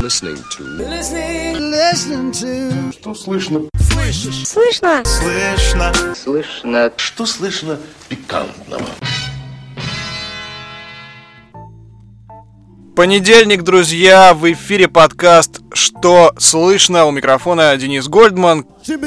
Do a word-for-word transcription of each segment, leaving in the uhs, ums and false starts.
Listening to. Listening. Listening to. Что слышно? Слышишь? Слышно? Слышно. Слышно. Что слышно пикантного? Понедельник, друзья, в эфире подкаст «Что слышно?» У микрофона Денис Гольдман.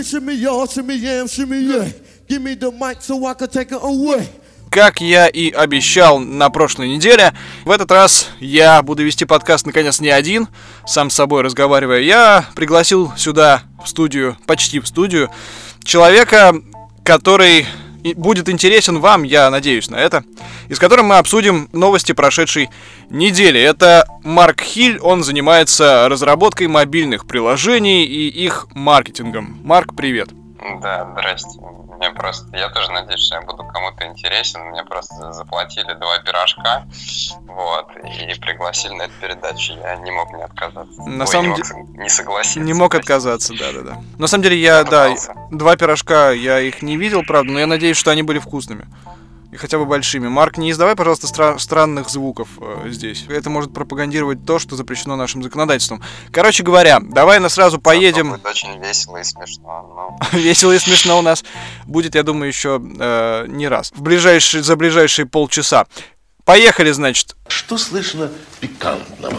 Как я и обещал на прошлой неделе, в этот раз я буду вести подкаст, наконец, не один, сам с собой разговаривая. Я пригласил сюда, в студию, почти в студию, человека, который будет интересен вам, я надеюсь на это, и с которым мы обсудим новости прошедшей недели. Это Марк Хиль, он занимается разработкой мобильных приложений и их маркетингом. Марк, привет. Да, здрасте. Мне просто, я тоже надеюсь, что я буду кому-то интересен. Мне просто заплатили два пирожка, вот, и пригласили на эту передачу. Я не мог не отказаться. На Ой, самом не мог деле не согласиться. Не мог простите. отказаться, да-да-да. На самом деле я, да, два пирожка, я их не видел, правда, но я надеюсь, что они были вкусными. И хотя бы большими. Марк, не издавай, пожалуйста, стра- странных звуков э, здесь. Это может пропагандировать то, что запрещено нашим законодательством. Короче говоря, давай на сразу поедем. Это будет очень весело и смешно. Но... Весело и смешно у нас будет, я думаю, еще э, не раз. В ближайшие, за ближайшие полчаса. Поехали, значит. Что слышно пикантного?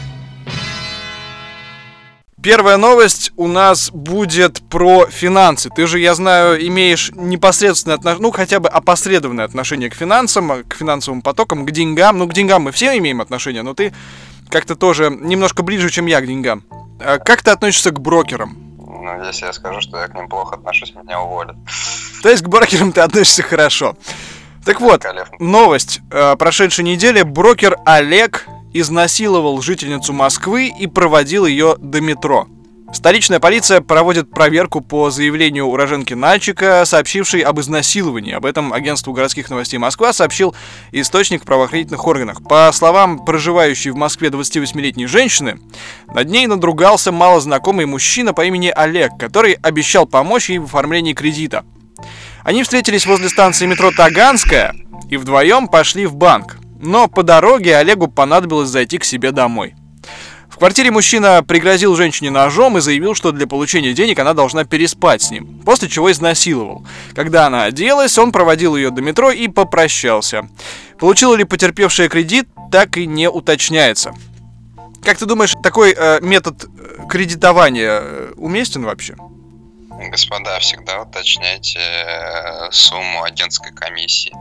Первая новость у нас будет про финансы. Ты же, я знаю, имеешь непосредственное отношение, ну, хотя бы опосредованное отношение к финансам, к финансовым потокам, к деньгам. Ну, к деньгам мы все имеем отношение, но ты как-то тоже немножко ближе, чем я к деньгам. А как ты относишься к брокерам? Ну, если я скажу, что я к ним плохо отношусь, меня уволят. То есть к брокерам ты относишься хорошо. Так вот, новость прошедшей недели. Брокер Олег изнасиловал жительницу Москвы и проводил ее до метро. Столичная полиция проводит проверку по заявлению уроженки Нальчика, сообщившей об изнасиловании. Об этом агентству городских новостей Москва сообщил источник в правоохранительных органах. По словам проживающей в Москве двадцативосьмилетней женщины, над ней надругался малознакомый мужчина по имени Олег, который обещал помочь ей в оформлении кредита. Они встретились возле станции метро Таганская и вдвоем пошли в банк. Но по дороге Олегу понадобилось зайти к себе домой. В квартире мужчина пригрозил женщине ножом и заявил, что для получения денег она должна переспать с ним, после чего изнасиловал. Когда она оделась, он проводил ее до метро и попрощался. Получила ли потерпевшая кредит, так и не уточняется. Как ты думаешь, такой э, метод кредитования э, уместен вообще? Господа, всегда уточняйте сумму агентской комиссии.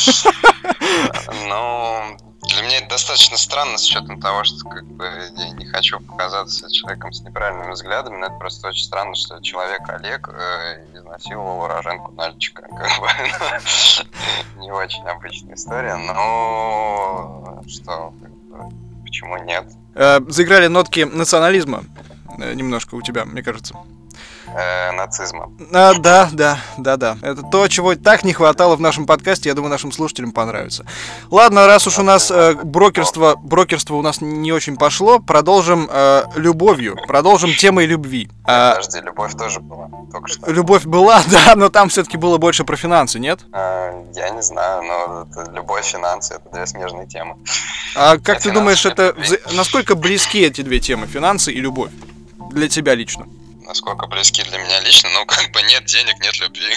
Но для меня это достаточно странно с учетом того, что как бы я не хочу показаться человеком с неправильными взглядами, но это просто очень странно, что человек Олег э, изнасиловал уроженку Нальчика. Как бы, не очень обычная история, но что, как бы, почему нет? Э, заиграли нотки национализма э, немножко у тебя, мне кажется. Э, нацизма. А, да, да, да, да. Это то, чего так не хватало в нашем подкасте. Я думаю, нашим слушателям понравится. Ладно, раз уж у нас э, брокерство, брокерство у нас не очень пошло, продолжим э, любовью, продолжим темой любви. А, Подожди, любовь тоже была, только что. Любовь была, да, но там все-таки было больше про финансы, нет? А, я не знаю, но это, любовь, финансы — это две смежные темы. А как А ты думаешь, это любви? насколько близки эти две темы, финансы и любовь, для тебя лично? Насколько близки для меня лично, ну, как бы нет денег, нет любви.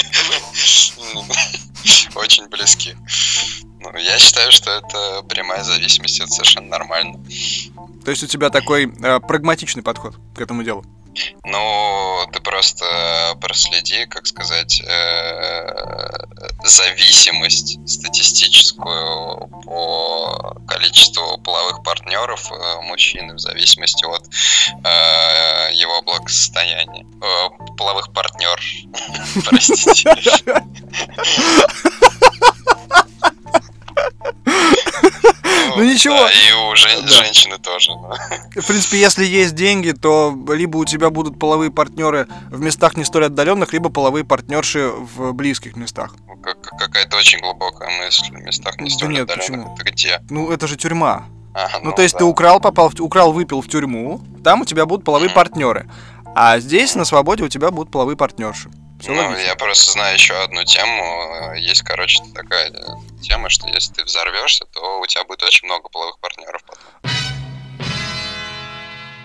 Очень близки. Ну, я считаю, что это прямая зависимость, это совершенно нормально. То есть у тебя такой э, прагматичный подход к этому делу? Ну, ты просто проследи, как сказать, э, зависимость статистическую по количеству половых партнеров э, мужчины в зависимости от э, его благосостояния. Э, половых партнер. Простите. Ну ничего. Да, и у жен- Да. женщины тоже. В принципе, если есть деньги, то либо у тебя будут половые партнеры в местах не столь отдаленных, либо половые партнерши в близких местах. Как- Какая-то очень глубокая мысль. В местах не Да столь нет, отдаленных. почему? Это где? Ну, это же тюрьма. А, Ну, то есть да. ты украл, попал, в, украл, выпил в тюрьму, там у тебя будут половые Мгм. партнеры. А здесь, на свободе, у тебя будут половые партнерши. Все Ну, логично. я просто знаю еще одну тему. Есть, короче, такая тема, что если ты взорвешься, то у тебя будет очень много половых партнеров потом.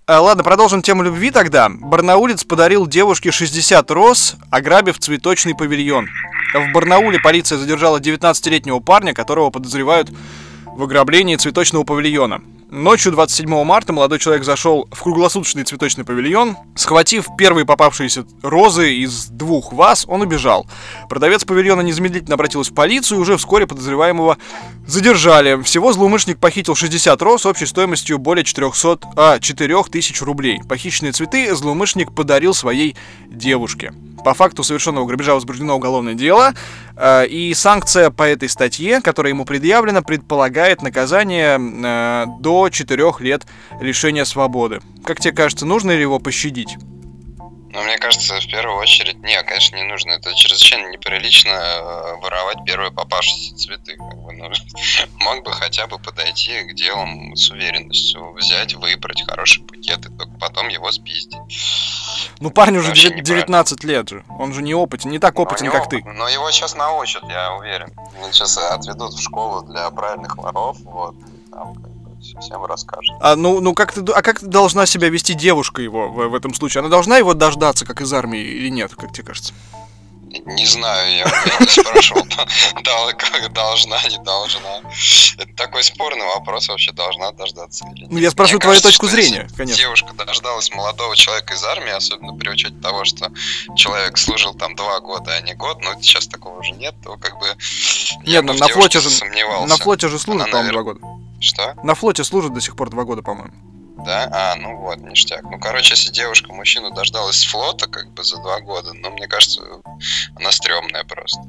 А, ладно, продолжим тему любви тогда. Барнаулец подарил девушке шестьдесят роз, ограбив цветочный павильон. В Барнауле полиция задержала девятнадцатилетнего парня, которого подозревают в ограблении цветочного павильона. Ночью двадцать седьмого марта молодой человек зашел в круглосуточный цветочный павильон. Схватив первые попавшиеся розы из двух ваз, он убежал. Продавец павильона незамедлительно обратилась в полицию, и уже вскоре подозреваемого задержали. Всего злоумышленник похитил шестьдесят роз общей стоимостью более четыреста, а, четыре тысячи рублей. Похищенные цветы злоумышленник подарил своей девушке. По факту совершенного грабежа возбуждено уголовное дело, э, и санкция по этой статье, которая ему предъявлена, предполагает наказание э, до четырёх лет лишения свободы. Как тебе кажется, нужно ли его пощадить? Ну, мне кажется, в первую очередь, нет, конечно, не нужно. Это чрезвычайно неприлично э, воровать первые попавшиеся цветы. Как бы, ну, мог бы хотя бы подойти к делам с уверенностью, взять, выбрать хороший пакет и только потом его спиздить. Ну, парню уже девятнадцать лет же, он же не опытен, не так опытен, но как него, ты. Но его сейчас научат, я уверен. Его сейчас отведут в школу для правильных воров, вот, и там как бы всем расскажут. А ну, ну как ты, а как должна себя вести девушка его в, в этом случае? Она должна его дождаться, как из армии, или нет, как тебе кажется? Не знаю, я, я не спрашивал, как должна, не должна. Это такой спорный вопрос, вообще должна дождаться или нет. Ну, я спрашиваю твою точку зрения, конечно. Девушка дождалась молодого человека из армии, особенно при учете того, что человек служил там два года, а не год, но сейчас такого уже нет, то как бы... Нет, ну, на флоте же, сомневался. на флоте же служит, Она, по-моему, навер... два года. Что? На флоте служит до сих пор два года, по-моему. Да? А, ну вот, ништяк. Ну, короче, если девушка мужчину дождалась с флота, как бы, за два года, ну, мне кажется, она стрёмная просто.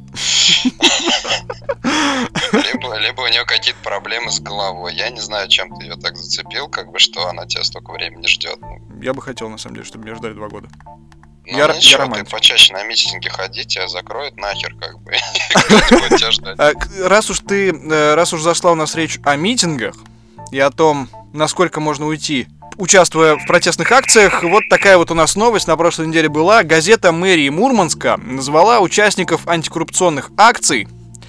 Либо, либо у нее какие-то проблемы с головой. Я не знаю, чем ты ее так зацепил, как бы, что она тебя столько времени ждет. Я бы хотел, на самом деле, чтобы меня ждали два года. Ну, я, ничего, я ты почаще на митинги ходи, тебя закроют нахер, как бы, и тебя ждать. Раз уж ты, раз уж зашла у нас речь о митингах и о том, насколько можно уйти, участвуя в протестных акциях, вот такая вот у нас новость на прошлой неделе была. Газета мэрии Мурманска назвала участников антикоррупционных акций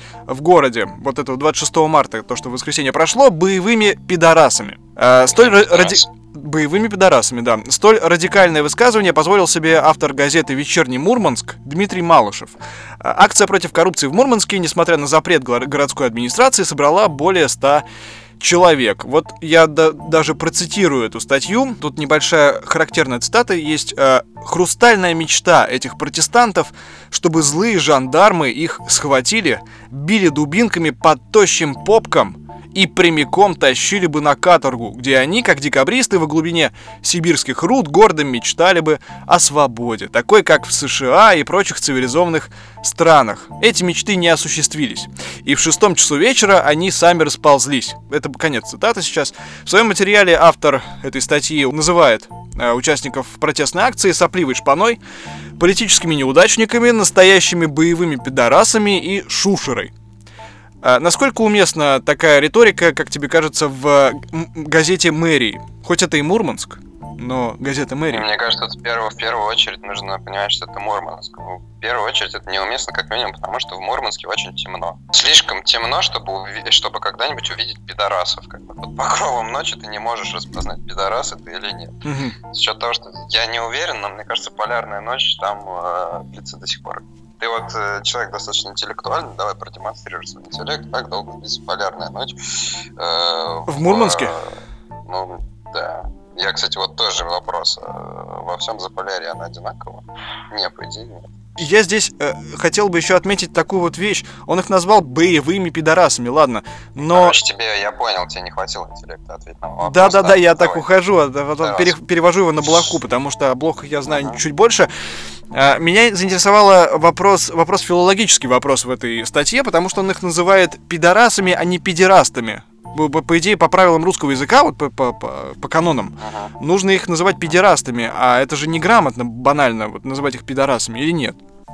в городе, вот этого двадцать шестого марта, то, что в воскресенье прошло, боевыми пидорасами. А, столь ради... Боевыми пидорасами, да. Столь радикальное высказывание позволил себе автор газеты «Вечерний Мурманск» Дмитрий Малышев. Акция против коррупции в Мурманске, несмотря на запрет городской администрации, собрала более ста человек. Вот я да, даже процитирую эту статью. Тут небольшая характерная цитата есть. «Хрустальная мечта этих протестантов, чтобы злые жандармы их схватили, били дубинками под тощим попком и прямиком тащили бы на каторгу, где они, как декабристы во глубине сибирских руд, гордо мечтали бы о свободе, такой, как в США и прочих цивилизованных странах. Эти мечты не осуществились, и в шестом часу вечера они сами расползлись». Это конец цитаты сейчас. В своем материале автор этой статьи называет э, участников протестной акции сопливой шпаной, политическими неудачниками, настоящими боевыми пидорасами и шушерой. А насколько уместна такая риторика, как тебе кажется, в газете мэрии? Хоть это и Мурманск, но газета мэрии. Мне кажется, это в первую, в первую очередь нужно понимать, что это Мурманск. В первую очередь это неуместно, как минимум, потому что в Мурманске очень темно. Слишком темно, чтобы, уви- чтобы когда-нибудь увидеть пидорасов. Как бы. Под покровом ночи ты не можешь распознать, пидорас это или нет. Угу. За счет того, что я не уверен, но мне кажется, полярная ночь там э, длится до сих пор. Ты вот э, человек достаточно интеллектуальный, давай продемонстрируй свой интеллект. Как долго длится полярная ночь? Э, в Мурманске? Э, ну, да. Я, кстати, вот тоже вопрос. Э, во всем Заполярье она одинакова? Не, по идее, нет. Я здесь э, хотел бы еще отметить такую вот вещь. Он их назвал боевыми пидорасами, ладно, но... Короче, тебе, я понял, тебе не хватило интеллекта ответить на вопрос. Да-да-да, да, я давай. так ухожу, а потом пере, перевожу его на блоху, потому что о блохах я знаю uh-huh. чуть больше. А, меня заинтересовал вопрос, вопрос, филологический вопрос в этой статье, потому что он их называет пидорасами, а не педерастами. По, по идее, по правилам русского языка, вот по, по, по, по канонам, uh-huh. нужно их называть педерастами, а это же неграмотно, банально, вот называть их пидорасами, или нет?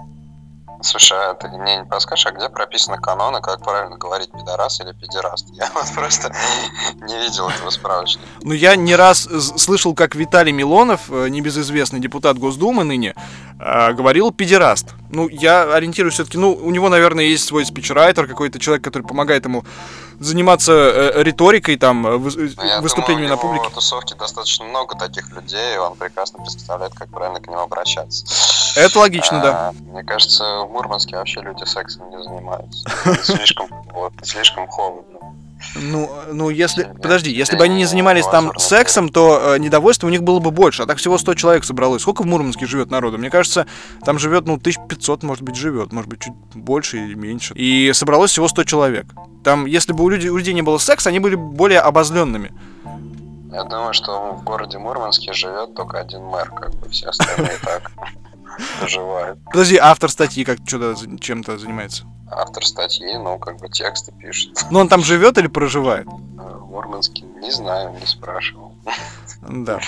Слушай, а ты мне не подскажешь, а где прописаны каноны, как правильно говорить, пидорас или педераст? Я вот просто не видел этого справочника. Ну, я не раз слышал, как Виталий Милонов, небезызвестный депутат Госдумы ныне, говорил педераст. Ну, я ориентируюсь все-таки, ну, у него, наверное, есть свой спичрайтер, какой-то человек, который помогает ему заниматься э, риторикой, там, вы, я выступлениями думаю, на публике. в его тусовке достаточно много таких людей, и он прекрасно представляет, как правильно к нему обращаться. Это логично, а, да. Мне кажется, в Мурманске вообще люди сексом не занимаются. Слишком, вот, слишком холодно. Ну, ну, если... Подожди, если бы они не занимались там сексом, то э, недовольства у них было бы больше. А так всего сто человек собралось. Сколько в Мурманске живет народу? Мне кажется, там живет, ну, тысяча пятьсот, может быть, живет. Может быть, чуть больше или меньше. И собралось всего сто человек. Там, если бы у людей, у людей не было секса, они были более обозленными. Я думаю, что в городе Мурманске живет только один мэр, как бы все остальные так доживают. Подожди, автор статьи как что-то чем-то занимается? Автор статьи, ну, как бы тексты пишет. Ну, он там живет или проживает? В Мурманске, не знаю, не спрашивал. Да.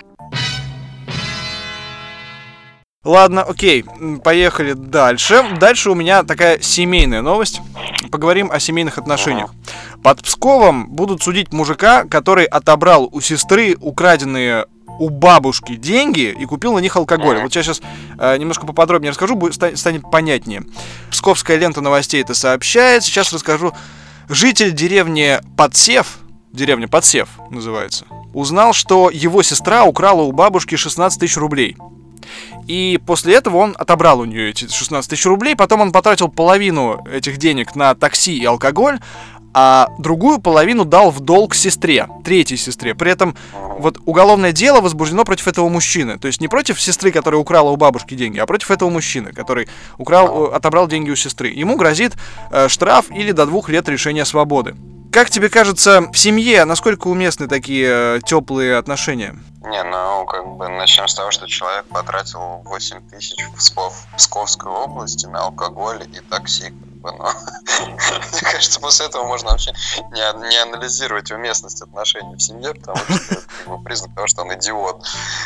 Ладно, окей, поехали дальше. Дальше у меня такая семейная новость. Поговорим о семейных отношениях. Под Псковом будут судить мужика, который отобрал у сестры украденные у бабушки деньги и купил на них алкоголь. Вот я сейчас э, немножко поподробнее расскажу, будет, станет понятнее. Псковская лента новостей это сообщает. Сейчас расскажу. Житель деревни Подсев, деревня Подсев называется, узнал, что его сестра украла у бабушки шестнадцать тысяч рублей. И после этого он отобрал у нее эти шестнадцать тысяч рублей. Потом он потратил половину этих денег на такси и алкоголь, а другую половину дал в долг сестре, третьей сестре. При этом вот уголовное дело возбуждено против этого мужчины. То есть не против сестры, которая украла у бабушки деньги, а против этого мужчины, который украл, отобрал деньги у сестры. Ему грозит э, штраф или до двух лет лишения свободы. Как тебе кажется, в семье насколько уместны такие э, теплые отношения? Не, ну, как бы, начнем с того, что человек потратил восемь тысяч в Псков, Псковской области на алкоголь и такси, как бы, но мне кажется, после этого можно вообще не, не анализировать уместность отношений в семье, потому что это как бы признак того, что он идиот.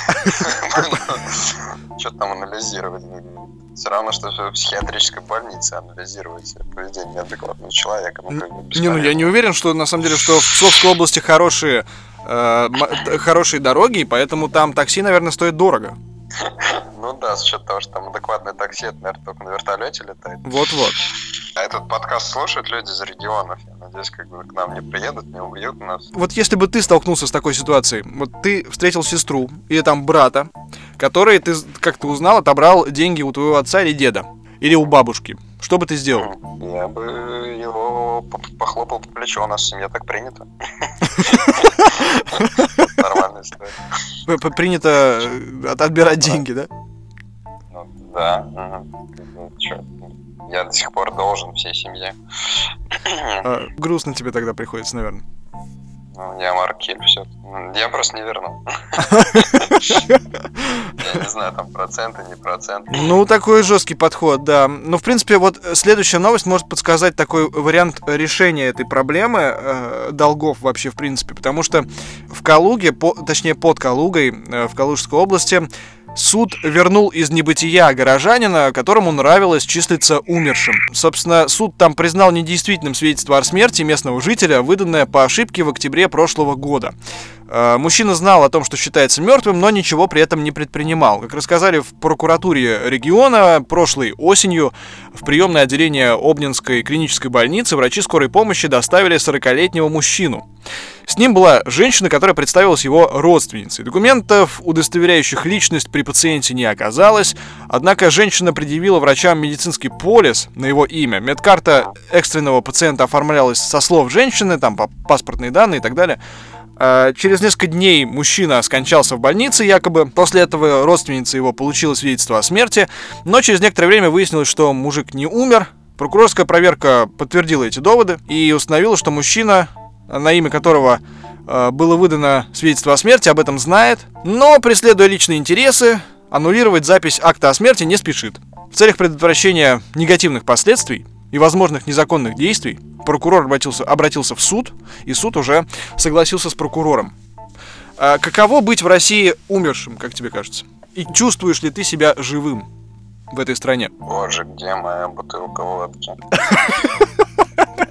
Что там анализировать? Все равно, что в психиатрической больнице анализировать поведение неадекватного человека. Ну, как бы, не, ну я не уверен, что на самом деле, что в Псковской области хорошие, э, м- хорошие дороги, и поэтому там такси, наверное, стоит дорого. Ну да, с учетом того, что там адекватное такси, это, наверное, только на вертолете летает. Вот-вот. А этот подкаст слушают люди из регионов. Я надеюсь, как бы к нам не приедут, не убьют нас. Вот если бы ты столкнулся с такой ситуацией, вот ты встретил сестру или там брата, который, ты, как ты узнал, отобрал деньги у твоего отца или деда, или у бабушки, что бы ты сделал? Я бы его похлопал по плечу, у нас в семье так принято. Нормальная история. Принято отбирать деньги, да? Ну да. Я до сих пор должен всей семье. А, грустно тебе тогда приходится, наверное. Ну, я Маркель, все. Я просто не вернул. Я не знаю, там проценты, не проценты. Ну, такой жесткий подход, да. Ну, в принципе, вот следующая новость может подсказать такой вариант решения этой проблемы э, долгов вообще, в принципе. Потому что в Калуге, по, точнее, под Калугой, э, в Калужской области, суд вернул из небытия горожанина, которому нравилось числиться умершим. Собственно, суд там признал недействительным свидетельство о смерти местного жителя, выданное по ошибке в октябре прошлого года. Мужчина знал о том, что считается мертвым, но ничего при этом не предпринимал. Как рассказали в прокуратуре региона, прошлой осенью в приемное отделение Обнинской клинической больницы врачи скорой помощи доставили сорокалетнего мужчину. С ним была женщина, которая представилась его родственницей. Документов, удостоверяющих личность, при пациенте не оказалось. Однако женщина предъявила врачам медицинский полис на его имя. Медкарта экстренного пациента оформлялась со слов женщины, там паспортные данные и так далее. Через несколько дней мужчина скончался в больнице, якобы. После этого родственница его получила свидетельство о смерти. Но через некоторое время выяснилось, что мужик не умер. Прокурорская проверка подтвердила эти доводы и установила, что мужчина, на имя которого э, было выдано свидетельство о смерти, об этом знает, но, преследуя личные интересы, аннулировать запись акта о смерти не спешит. В целях предотвращения негативных последствий и возможных незаконных действий прокурор обратился, обратился в суд, и суд уже согласился с прокурором. А каково быть в России умершим, как тебе кажется? И чувствуешь ли ты себя живым в этой стране? Боже, где моя бутылка водки?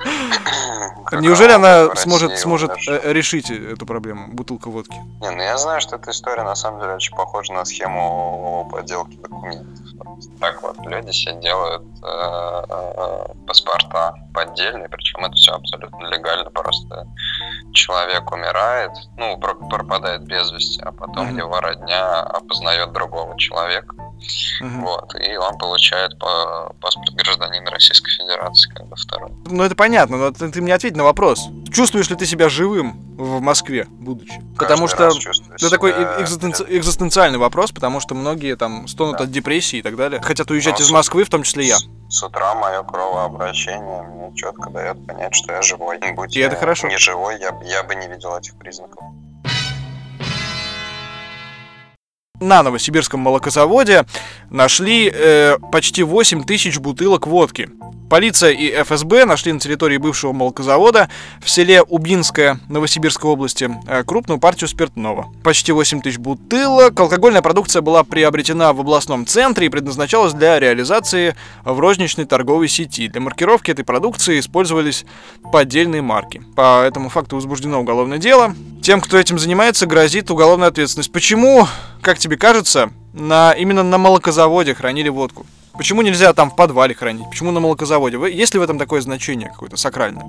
Неужели она сможет, сможет решить эту проблему, бутылка водки? Не, ну я знаю, что эта история на самом деле очень похожа на схему подделки документов. Так вот, люди все делают э, э, паспорта поддельные, причем это все абсолютно легально, просто человек умирает, ну, пропадает без вести, а потом mm-hmm. его родня опознает другого человека. Uh-huh. Вот, и он получает по паспорт гражданина Российской Федерации, как бы второй. Ну это понятно, но ты, ты мне ответь на вопрос. Чувствуешь ли ты себя живым в Москве, будучи? Каждый потому что это такой экзистенци... экзистенциальный вопрос, потому что многие там стонут да. от депрессии и так далее. Хотят уезжать но из Москвы, в том числе я. С, с утра мое кровообращение мне четко дает понять, что я живой. Будь и я это хорошо. не живой, я, я бы не видел этих признаков. На Новосибирском молокозаводе нашли э, почти восемь тысяч бутылок водки. Полиция и эф эс бэ нашли на территории бывшего молокозавода в селе Убинское Новосибирской области э, крупную партию спиртного. Почти восемь тысяч бутылок. Алкогольная продукция была приобретена в областном центре и предназначалась для реализации в розничной торговой сети. Для маркировки этой продукции использовались поддельные марки. По этому факту возбуждено уголовное дело. Тем, кто этим занимается, грозит уголовная ответственность. Почему, как тебе кажется, на, именно на молокозаводе хранили водку? Почему нельзя там в подвале хранить? Почему на молокозаводе? Есть ли в этом такое значение какое-то сакральное?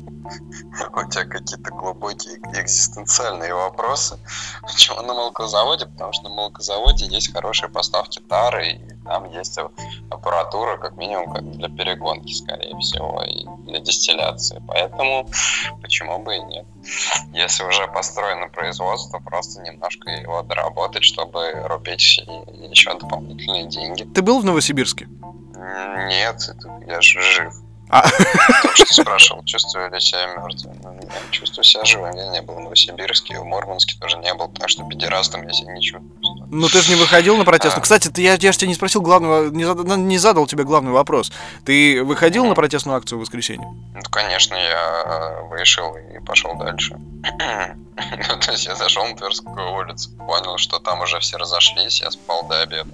У тебя какие-то глубокие экзистенциальные вопросы. Почему на молокозаводе? Потому что на молокозаводе есть хорошие поставки тары, и там есть аппаратура, как минимум, как для перегонки, скорее всего, и для дистилляции. Поэтому почему бы и нет? Если уже построено производство, просто немножко его доработать, чтобы рубить еще дополнительные деньги. Ты был в Новосибирске? Нет, я же жив. А. Только что спрашивал, чувствую ли себя мертвым. Я чувствую себя живым. Я не был в Новосибирске, в Мурманске тоже не был, так что педерастом я себя не чувствую. Ну ты же не выходил на протест. А. Кстати, ты, я, я же тебя не спросил главного, не, зад, не задал тебе главный вопрос. Ты выходил mm. на протестную акцию в воскресенье? Ну, конечно, я вышел и пошел дальше. Ну, то есть я зашел на Тверскую улицу, понял, что там уже все разошлись, я спал до обеда.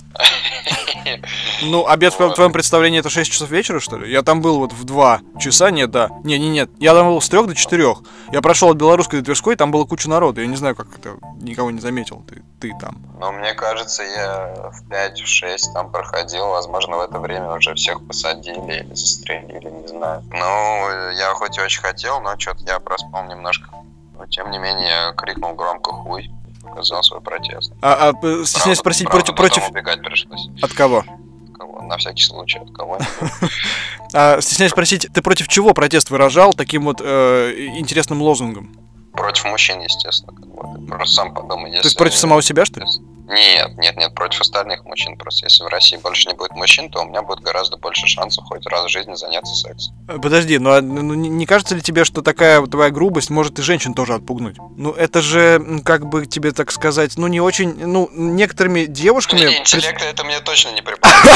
Ну, обед в твоем представлении это шесть часов вечера, что ли? Я там был вот в два часа, нет, да. Не, не, нет, я там был с трех до четырех. Я прошел от Белорусской до Тверской, там было куча народу. Я не знаю, как это, никого не заметил, ты, ты там. Ну, мне кажется, я в пять, в шесть там проходил, возможно, в это время уже всех посадили или застрелили, не знаю. Ну, я хоть и очень хотел, но что-то я проспал немножко. Но, тем не менее, я крикнул громко «хуй», показал свой протест. А, а стесняюсь спросить, правда, против... против... убегать пришлось. От кого? От кого? На всякий случай, от кого. А, стесняюсь спросить, ты против чего протест выражал таким вот э, интересным лозунгом? Против мужчин, естественно. Как бы. Ты просто сам подумай. Если... То есть против самого себя, что ли? Нет, нет, нет, против остальных мужчин. Просто если в России больше не будет мужчин, то у меня будет гораздо больше шансов хоть раз в жизни заняться сексом. Подожди, ну, а, ну не кажется ли тебе, что такая твоя грубость может и женщин тоже отпугнуть? Ну это же, как бы тебе так сказать, ну не очень, ну некоторыми девушками... Не, интеллекта это мне точно не припомнит.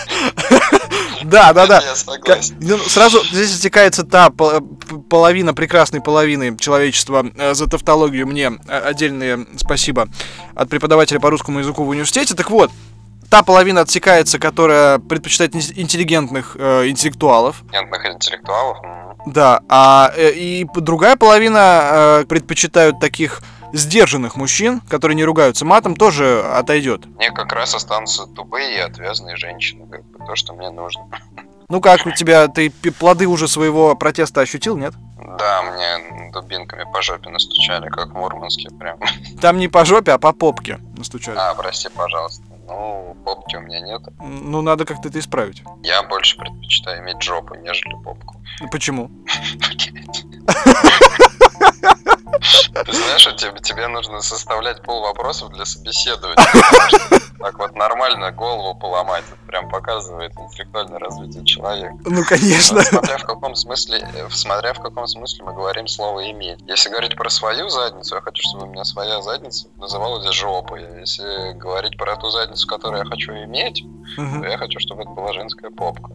Да, да, да. Я согласен. Сразу здесь стекается та половина, прекрасной половины человечества. За тавтологию мне отдельное спасибо от преподавателя по русскому языку в университете. Так вот, та половина отсекается, которая предпочитает интеллигентных э, интеллектуалов. Интеллигентных интеллектуалов? Да, а э, и другая половина э, предпочитают таких сдержанных мужчин, которые не ругаются матом, тоже отойдет. Мне как раз останутся тупые и отвязные женщины, как бы то, что мне нужно. Ну как у тебя, ты плоды уже своего протеста ощутил, нет? Да, мне дубинками по жопе настучали, как в Мурманске прям. Там не по жопе, а по попке настучали. А, прости, пожалуйста. Ну, попки у меня нет. Ну, надо как-то это исправить. Я больше предпочитаю иметь жопу, нежели попку. Почему? Ты знаешь, что тебе, тебе нужно составлять пол вопросов для собеседования. Так вот нормально голову поломать. Это прям показывает интеллектуальное развитие человека. Ну, конечно. Вот, смотря в каком смысле, смотря в каком смысле мы говорим слово «иметь». Если говорить про свою задницу, я хочу, чтобы у меня своя задница называлась жопой. Если говорить про ту задницу, которую я хочу иметь, угу. то я хочу, чтобы это была женская попка.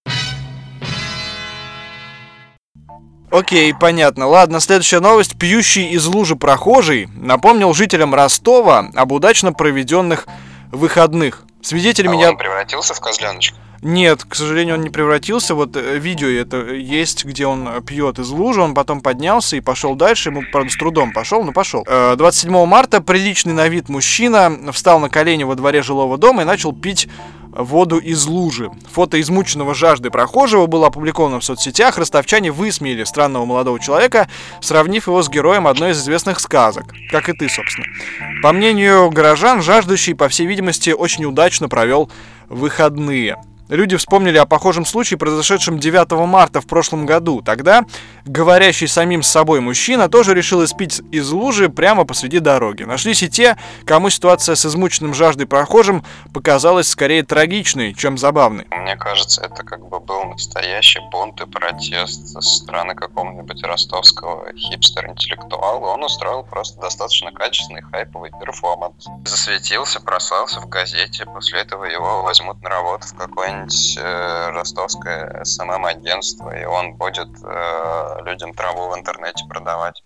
Окей, понятно. Ладно, следующая новость. Пьющий из лужи прохожий напомнил жителям Ростова об удачно проведенных выходных. Свидетелями... А я... он превратился в козленочка? Нет, к сожалению, он не превратился. Вот э, видео это есть, где он пьет из лужи, он потом поднялся и пошел дальше. Ему, правда, с трудом пошел, но пошел. Э, двадцать седьмого марта приличный на вид мужчина встал на колени во дворе жилого дома и начал пить воду из лужи. Фото измученного жаждой прохожего было опубликовано в соцсетях. Ростовчане высмеяли странного молодого человека, сравнив его с героем одной из известных сказок. Как и ты, собственно. По мнению горожан, жаждущий, по всей видимости, очень удачно провел выходные. Люди вспомнили о похожем случае, произошедшем девятого марта в прошлом году. Тогда говорящий самим с собой мужчина тоже решил испить из лужи прямо посреди дороги. Нашлись и те, кому ситуация с измученным жаждой прохожим показалась скорее трагичной, чем забавной. Мне кажется, это как бы был настоящий бунт и протест со стороны какого-нибудь ростовского хипстера-интеллектуала. Он устроил просто достаточно качественный хайповый перформанс. Засветился, прославился в газете. После этого его возьмут на работу в какой-нибудь э, ростовское эс эм эм-агентство, и он будет э, людям траву в интернете продавать.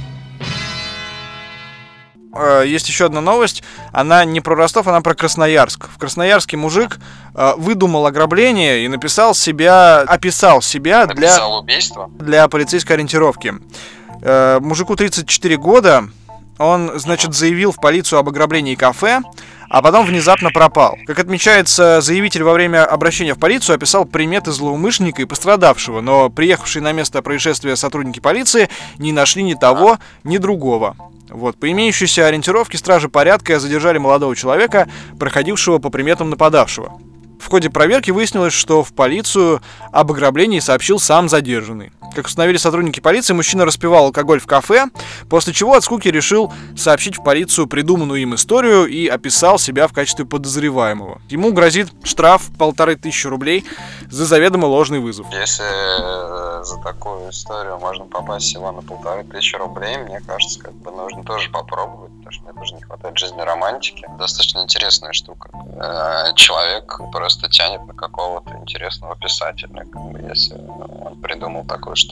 Есть еще одна новость. Она не про Ростов, она про Красноярск. В Красноярске мужик э, выдумал ограбление и написал себя, описал себя для, Написал убийство? для полицейской ориентировки. Э, мужику тридцать четыре года. Он, значит, заявил в полицию об ограблении кафе, а потом внезапно пропал. Как отмечается, заявитель во время обращения в полицию описал приметы злоумышленника и пострадавшего, но приехавшие на место происшествия сотрудники полиции не нашли ни того, ни другого. Вот. По имеющейся ориентировке стражи порядка задержали молодого человека, проходившего по приметам нападавшего. В ходе проверки выяснилось, что в полицию об ограблении сообщил сам задержанный. Как установили сотрудники полиции, мужчина распивал алкоголь в кафе, после чего от скуки решил сообщить в полицию придуманную им историю и описал себя в качестве подозреваемого. Ему грозит штраф полторы тысячи рублей за заведомо ложный вызов. Если за такую историю можно попасть всего на полторы тысячи рублей, мне кажется, как бы нужно тоже попробовать, потому что мне тоже не хватает жизни романтики. Достаточно интересная штука. Человек просто тянет на какого-то интересного писателя, как бы, если он придумал такую штуку.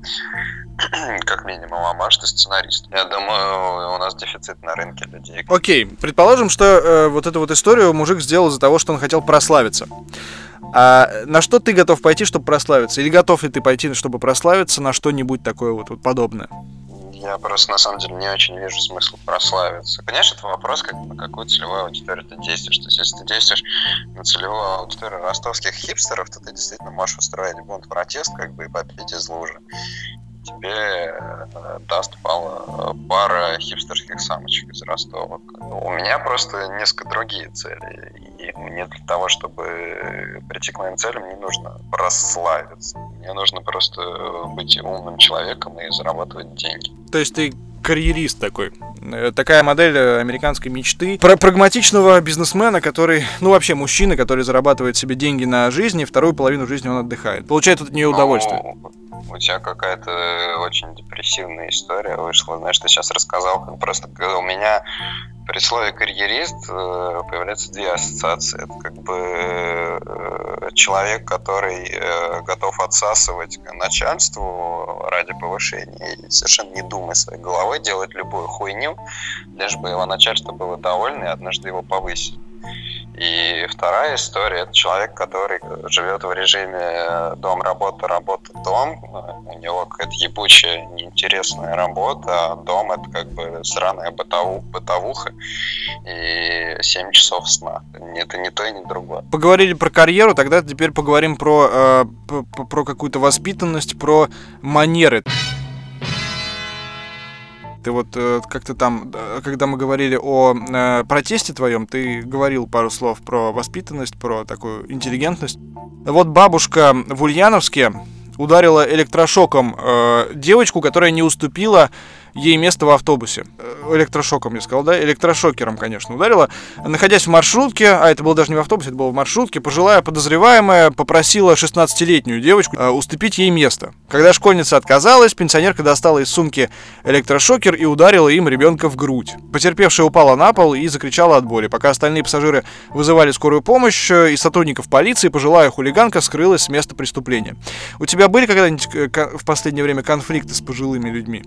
Как минимум, а может и сценарист. Я думаю, у нас дефицит на рынке людей. Окей, предположим, что э, вот эту вот историю мужик сделал из-за того, что он хотел прославиться. А на что ты готов пойти, чтобы прославиться? Или готов ли ты пойти, чтобы прославиться на что-нибудь такое вот, вот подобное? Я просто, на самом деле, не очень вижу смысла прославиться. Конечно, это вопрос, как, на какую целевую аудиторию ты действуешь. То есть, если ты действуешь на целевую аудиторию ростовских хипстеров, то ты действительно можешь устроить бунт-протест, как бы, и попить из лужи. Тебе э, даст пала, пара хипстерских самочек из Ростова. У меня просто несколько другие цели. И мне для того, чтобы прийти к моим целям, не нужно прославиться. Мне нужно просто быть умным человеком и зарабатывать деньги. То есть ты карьерист такой. Такая модель американской мечты. Про прагматичного бизнесмена, который, ну вообще мужчина, который зарабатывает себе деньги на жизнь, и вторую половину жизни он отдыхает. Получает от нее удовольствие. Ну, у тебя какая-то очень депрессивная история вышла. Знаешь, ты сейчас рассказал, как просто у меня при слове карьерист появляются две ассоциации. Это как бы человек, который готов отсасывать начальству ради повышения и совершенно не думая своей головой, делать любую хуйню, лишь бы его начальство было довольно и однажды его повысили. И вторая история — это человек, который живет в режиме дом-работа, работа-дом. У него какая-то ебучая, неинтересная работа, а дом — это как бы сраная бытову, бытовуха и семь часов сна. Это не то и не другое. Поговорили про карьеру, тогда теперь поговорим про, э, про какую-то воспитанность, про манеры. Ты вот э, как-то там, когда мы говорили о э, протесте твоем, ты говорил пару слов про воспитанность, про такую интеллигентность. Вот бабушка в Ульяновске ударила электрошоком э, девочку, которая не уступила ей место в автобусе. Электрошоком, я сказал, да? Электрошокером, конечно, ударила. Находясь в маршрутке, а это было даже не в автобусе, это было в маршрутке, пожилая подозреваемая попросила шестнадцатилетнюю девочку э, уступить ей место. Когда школьница отказалась, пенсионерка достала из сумки электрошокер и ударила им ребенка в грудь. Потерпевшая упала на пол и закричала от боли. Пока остальные пассажиры вызывали скорую помощь, и сотрудников полиции, пожилая хулиганка скрылась с места преступления. У тебя были когда-нибудь в последнее время конфликты с пожилыми людьми?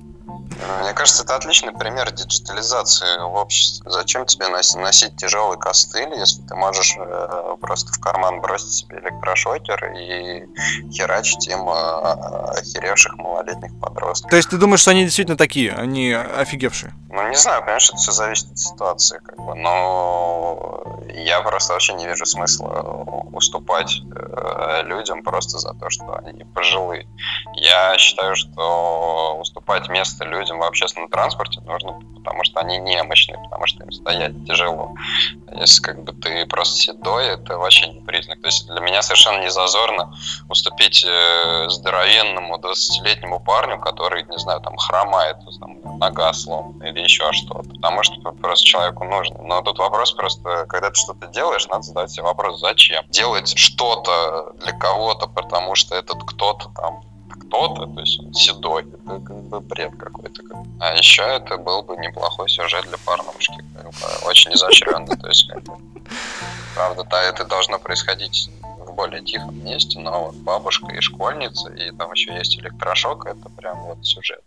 Мне кажется, это отличный пример диджитализации в обществе. Зачем тебе носить тяжелый костыль, если ты можешь э, просто в карман бросить себе электрошокер и херачить им э, охеревших малолетних подростков? То есть ты думаешь, что они действительно такие, они офигевшие? Ну, не знаю, конечно, это все зависит от ситуации, как бы, но я просто вообще не вижу смысла уступать э, людям просто за то, что они пожилые. Я считаю, что уступать место людям в общественном транспорте нужно, потому что они немощные, потому что им стоять тяжело. Если как бы ты просто седой, это вообще не признак. То есть для меня совершенно не зазорно уступить э, здоровенному двадцатилетнему парню, который, не знаю, там хромает, там, нога сломана или еще что-то, потому что просто человеку нужно. Но тут вопрос просто, когда ты что-то делаешь, надо задать себе вопрос, зачем? Делать что-то для кого-то, потому что этот кто-то там кто-то, то есть он седой, это как бы бред какой-то. А еще это был бы неплохой сюжет для порнушки, как бы, очень изощренный, то есть как бы, правда, да, это должно происходить в более тихом месте, но вот бабушка и школьница, и там еще есть электрошок, это прям вот сюжет.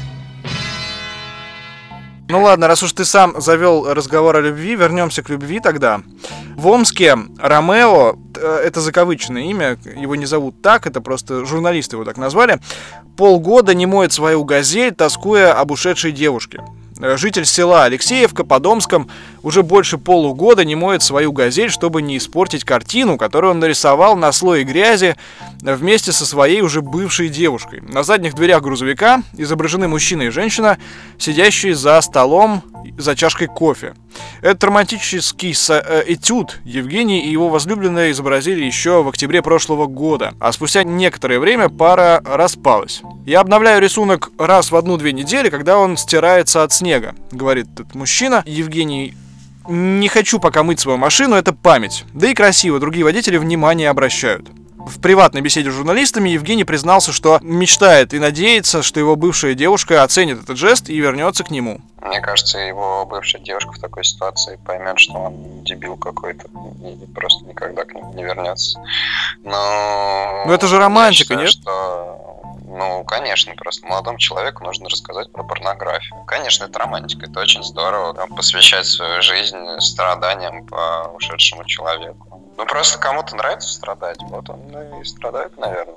Ну ладно, раз уж ты сам завел разговор о любви, вернемся к любви тогда. В Омске Ромео, это закавыченное имя, его не зовут так, это просто журналисты его так назвали, полгода не моет свою газель, тоскуя об ушедшей девушке. Житель села Алексеевка под Омском уже больше полугода не моет свою газель, чтобы не испортить картину, которую он нарисовал на слое грязи вместе со своей уже бывшей девушкой. На задних дверях грузовика изображены мужчина и женщина, сидящие за столом за чашкой кофе. Этот романтический этюд Евгений и его возлюбленная изобразили еще в октябре прошлого года, а спустя некоторое время пара распалась. «Я обновляю рисунок раз в одну-две недели, когда он стирается от снега», — говорит этот мужчина. Евгений: «Не хочу пока мыть свою машину, это память. Да и красиво, другие водители внимание обращают». В приватной беседе с журналистами Евгений признался, что мечтает и надеется, что его бывшая девушка оценит этот жест и вернется к нему. Мне кажется, его бывшая девушка в такой ситуации поймет, что он дебил какой-то и просто никогда к нему не вернется. Но... Но это же романтика, считаю, нет? Что... Ну, конечно, просто молодому человеку нужно рассказать про порнографию. Конечно, это романтика, это очень здорово, там, посвящать свою жизнь страданиям по ушедшему человеку. Ну, просто кому-то нравится страдать, вот он и страдает, наверное.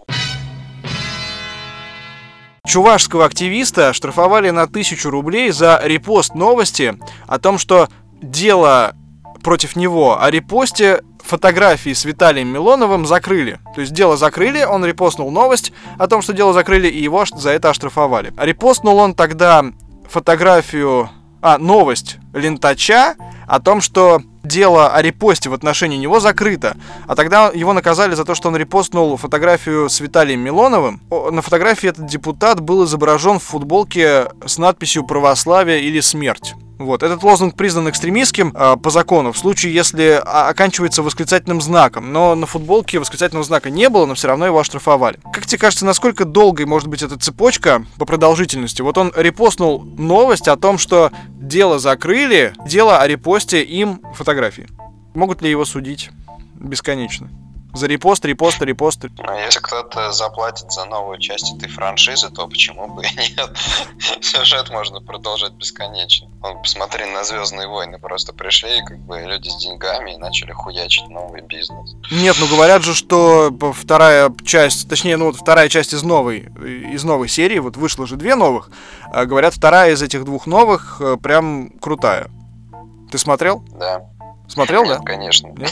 Чувашского активиста оштрафовали на тысячу рублей за репост новости о том, что дело против него о репосте фотографии с Виталием Милоновым закрыли. То есть дело закрыли, он репостнул новость о том, что дело закрыли, и его за это оштрафовали. Репостнул он тогда фотографию, а, новость Лентача о том, что дело о репосте в отношении него закрыто. А тогда его наказали за то, что он репостнул фотографию с Виталием Милоновым. На фотографии этот депутат был изображен в футболке с надписью «Православие» или «Смерть». Вот. Этот лозунг признан экстремистским э, по закону в случае, если а, оканчивается восклицательным знаком. Но на футболке восклицательного знака не было, но все равно его оштрафовали. Как тебе кажется, насколько долгой может быть эта цепочка по продолжительности? Вот он репостнул новость о том, что дело закрыли, дело о репосте им фотографии. Могут ли его судить бесконечно? За репост, репост, репост. А если кто-то заплатит за новую часть этой франшизы, то почему бы и нет? Сюжет можно продолжать бесконечно. Вон, посмотри на «Звездные войны». Просто пришли как бы люди с деньгами и начали хуячить новый бизнес. Нет, ну говорят же, что вторая часть, точнее, ну вот вторая часть из новой, из новой серии, вот вышло же две новых, а говорят, вторая из этих двух новых прям крутая. Ты смотрел? Да. Смотрел, Нет, да? конечно. Нет?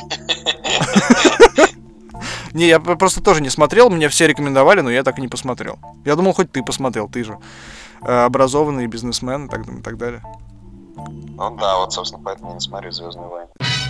Не, я просто тоже не смотрел, мне все рекомендовали, но я так и не посмотрел. Я думал, хоть ты посмотрел, ты же образованный бизнесмен и так, и так далее. Ну да, вот, собственно, поэтому я не смотрю «Звездные войны».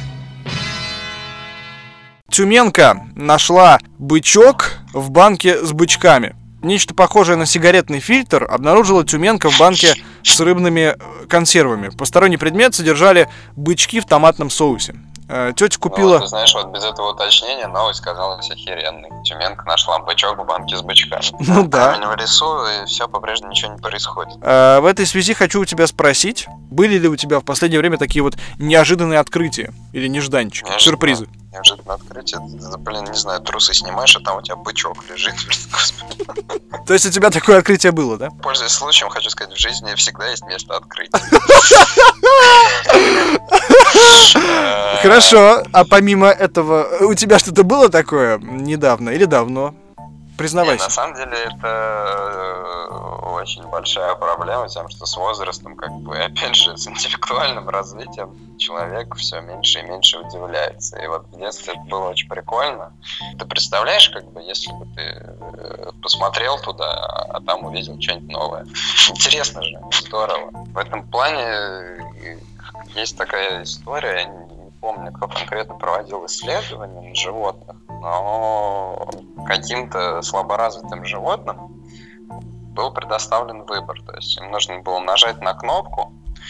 Тюменка нашла бычок в банке с бычками. Нечто похожее на сигаретный фильтр обнаружила Тюменка в банке с рыбными консервами. Посторонний предмет содержали бычки в томатном соусе. Тетя купила... Ну, ты знаешь, вот без этого уточнения новость казалась охеренной. Тюменка нашла бычок в банке с бычками. Ну да. Камень в лесу, и все, по-прежнему ничего не происходит. А, в этой связи хочу у тебя спросить, были ли у тебя в последнее время такие вот неожиданные открытия или нежданчики, Неожиданно. сюрпризы? неожиданное открытие. Ты, блин, не знаю, трусы снимаешь, а там у тебя бычок лежит. Господи. То есть у тебя такое открытие было, да? Пользуясь случаем, хочу сказать, в жизни всегда есть место открытия. Хорошо, а помимо этого, у тебя что-то было такое недавно или давно? Признавайся. Не, на самом деле это очень большая проблема тем, что с возрастом, как бы, опять же, с интеллектуальным развитием человек все меньше и меньше удивляется. И вот в детстве это было очень прикольно. Ты представляешь, как бы, если бы ты посмотрел туда, а там увидел что-нибудь новое. Интересно же, здорово. В этом плане есть такая история, я не помню, кто конкретно проводил исследования на животных, но каким-то слаборазвитым животным был предоставлен выбор. То есть им нужно было нажать на кнопку,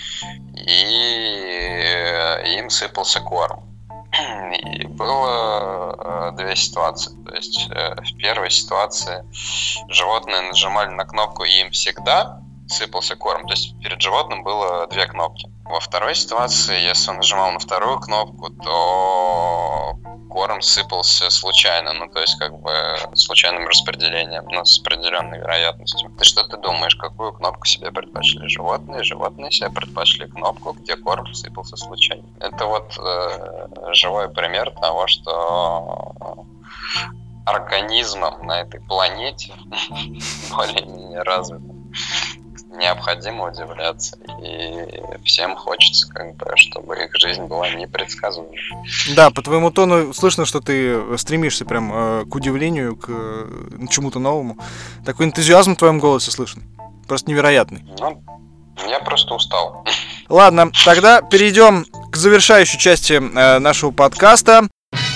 и им сыпался корм. И было две ситуации. То есть в первой ситуации животные нажимали на кнопку, и им всегда сыпался корм. То есть перед животным было две кнопки. Во второй ситуации, если он нажимал на вторую кнопку, то корм сыпался случайно, ну, то есть, как бы, случайным распределением, но с определенной вероятностью. Ты что ты думаешь, какую кнопку себе предпочли животные? Животные себе предпочли кнопку, где корм сыпался случайно. Это вот э, живой пример того, что организмам на этой планете более-менее развитым необходимо удивляться, и всем хочется, как бы, чтобы их жизнь была непредсказуемой. Да, по твоему тону слышно, что ты стремишься прям э, к удивлению, к э, чему-то новому. Такой энтузиазм в твоем голосе слышно. Просто невероятный. Ну, я просто устал. Ладно, тогда перейдем к завершающей части э, нашего подкаста.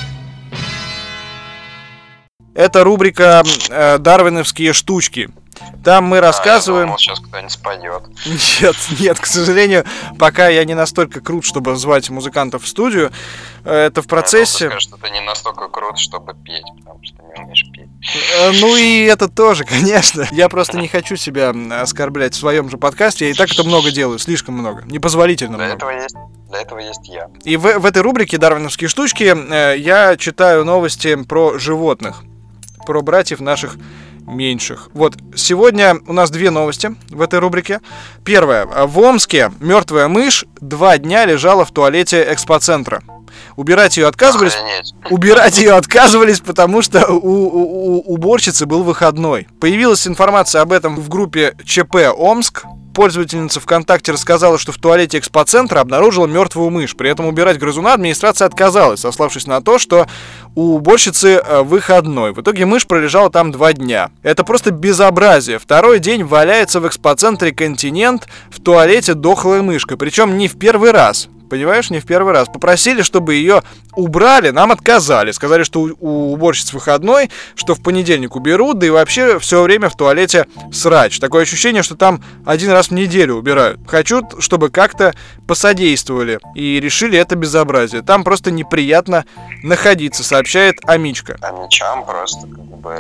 Это рубрика э, «Дарвиновские штучки». Там мы рассказываем... А, я думал, сейчас кто-нибудь споет. Нет, нет, к сожалению, пока я не настолько крут, чтобы звать музыкантов в студию. Это в процессе... Я думал, ты скажешь, что ты не настолько крут, чтобы петь, потому что не умеешь петь. Ну и это тоже, конечно. Я просто не хочу себя оскорблять в своем же подкасте. Я и так это много делаю, слишком много. Непозволительно для много. Этого есть, для этого есть я. И в, в этой рубрике «Дарвиновские штучки» я читаю новости про животных. Про братьев наших меньших. Вот, сегодня у нас две новости в этой рубрике. Первая. В Омске мертвая мышь два дня лежала в туалете экспоцентра. Убирать ее отказывались. Охренеть. Убирать ее отказывались, потому что у, у, у уборщицы был выходной. Появилась информация об этом в группе ЧП Омск. Пользовательница ВКонтакте рассказала, что в туалете экспоцентра обнаружила мертвую мышь. При этом убирать грызуна администрация отказалась, сославшись на то, что у уборщицы выходной. В итоге мышь пролежала там два дня. Это просто безобразие. Второй день валяется в экспоцентре «Континент» в туалете дохлая мышка. Причем не в первый раз. Понимаешь, не в первый раз. Попросили, чтобы ее убрали, нам отказали. Сказали, что у, у уборщиц выходной, что в понедельник уберут, да и вообще все время в туалете срач. Такое ощущение, что там один раз в неделю убирают. Хочу, чтобы как-то посодействовали и решили это безобразие. Там просто неприятно находиться, сообщает Амичка. Амичам просто как бы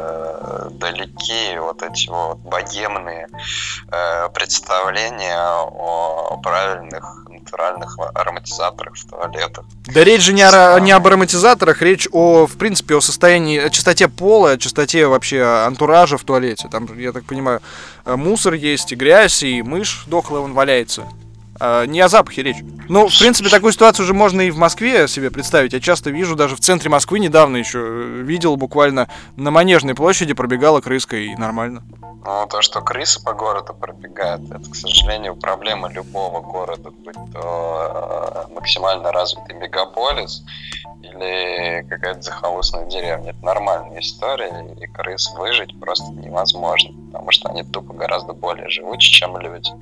э, далеки вот эти вот богемные э, представления о правильных натуральных ароматизаторах в туалетах. Да речь же не, о, не об ароматизаторах, речь о, в принципе, о состоянии, о чистоте пола, о чистоте вообще антуража в туалете. Там, я так понимаю, мусор есть, и грязь, и мышь дохлая вон валяется. А, не о запахе речь. Ну, в принципе, такую ситуацию уже можно и в Москве себе представить. Я часто вижу, даже в центре Москвы недавно еще видел, буквально на Манежной площади пробегала крыска, и нормально. Ну, то, что крысы по городу пробегают, это, к сожалению, проблема любого города, будь то э, максимально развитый мегаполис или какая-то захолустная деревня. Это нормальная история, и крыс выжить просто невозможно, потому что они тупо гораздо более живучи, чем люди.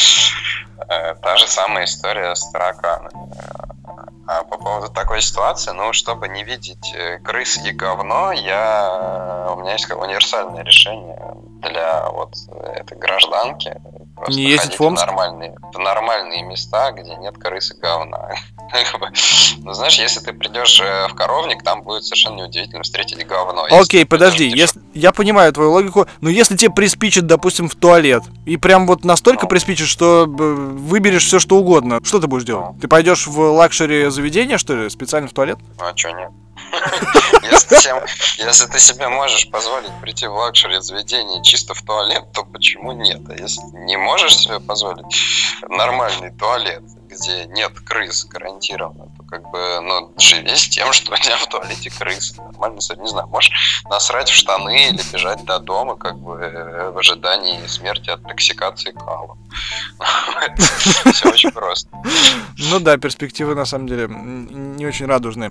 Э, та же самая история с тараканами. А по поводу такой ситуации, ну, чтобы не видеть крыс и говно, я... у меня есть как универсальное решение для вот этой гражданки. Просто не ездить в Омск? В нормальные, в нормальные места, где нет крыс и говна. Ну, знаешь, если ты придешь в коровник, там будет совершенно неудивительно встретить говно. Окей, подожди, если... я понимаю твою логику, но если тебе приспичит, допустим, в туалет, и прям вот настолько приспичит, что выберешь все, что угодно, что ты будешь делать? Ты пойдешь в лакшери заведение, что ли, специально в туалет? Ну, а чё нет? Если, тем, если ты себе можешь позволить прийти в лакшери заведение чисто в туалет, то почему нет? А если не можешь себе позволить нормальный туалет, где нет крыс гарантированно, то как бы, ну, живи с тем, что у тебя в туалете крысы. Нормально, не знаю, можешь насрать в штаны или бежать до дома, как бы, в ожидании смерти от токсикации калом. Все очень просто. Ну да, перспективы на самом деле не очень радужные.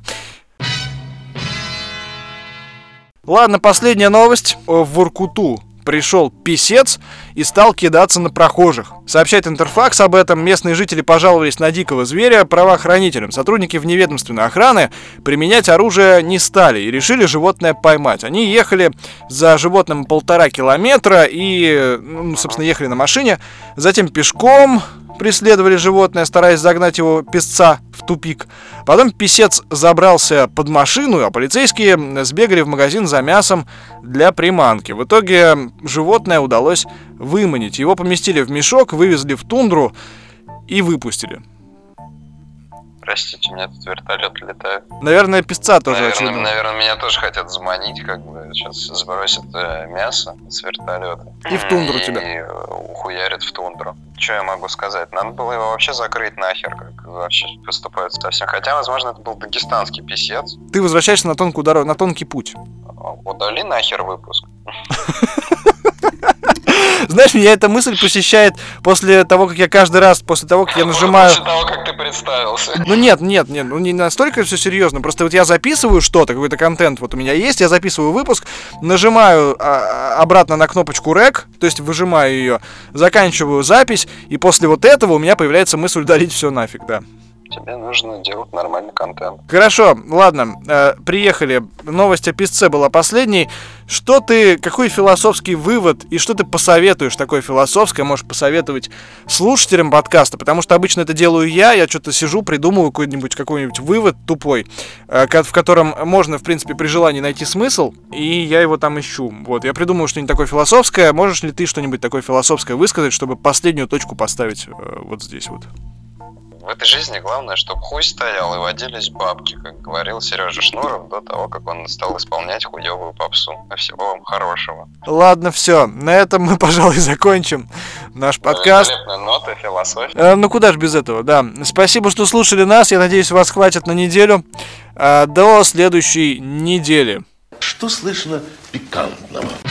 Ладно, последняя новость. В Воркуту пришел писец и стал кидаться на прохожих. Сообщает Интерфакс об этом. Местные жители пожаловались на дикого зверя правоохранителям. Сотрудники вневедомственной охраны применять оружие не стали и решили животное поймать. Они ехали за животным полтора километра и, ну, собственно, ехали на машине. Затем пешком преследовали животное, стараясь загнать его, песца, в тупик. Потом писец забрался под машину, а полицейские сбегали в магазин за мясом для приманки. В итоге животное удалось выманить. Его поместили в мешок, вывезли в тундру и выпустили. Простите, у меня тут вертолет летает. Наверное, песца тоже, наверное, очевидно. Наверное, меня тоже хотят заманить, как бы, сейчас сбросят э, мясо с вертолета. И в тундру и, тебя. И ухуярят в тундру. Что я могу сказать? Надо было его вообще закрыть нахер, как вообще поступают совсем. Хотя, возможно, это был дагестанский писец. Ты возвращаешься на тонкую дорогу, на тонкий путь. Удали нахер выпуск. Знаешь, меня эта мысль посещает после того, как я каждый раз, после того, как я нажимаю... После того, как ты представился. Ну нет, нет, нет, ну не настолько все серьезно. Просто вот я записываю что-то, какой-то контент вот у меня есть, я записываю выпуск, нажимаю а, обратно на кнопочку рек, то есть выжимаю ее, заканчиваю запись, и после вот этого у меня появляется мысль удалить все нафиг, да. Тебе нужно делать нормальный контент. Хорошо, ладно, э, приехали. Новость о писце была последней. Что ты, какой философский вывод и что ты посоветуешь такое философское, можешь посоветовать слушателям подкаста? Потому что обычно это делаю я, я что-то сижу, придумываю какой-нибудь, какой-нибудь вывод тупой, э, в котором можно, в принципе, при желании найти смысл, и я его там ищу. Вот, я придумаю что-нибудь такое философское. Можешь ли ты что-нибудь такое философское высказать, чтобы последнюю точку поставить э, вот здесь вот? В этой жизни главное, чтобы хуй стоял и водились бабки, как говорил Сережа Шнуров до того, как он стал исполнять хуёвую попсу. А всего вам хорошего. Ладно, все. На этом мы, пожалуй, закончим наш подкаст. Великолепная нота, философия. Э, ну куда ж без этого, да. Спасибо, что слушали нас. Я надеюсь, вас хватит на неделю. Э, до следующей недели. Что слышно пикантного?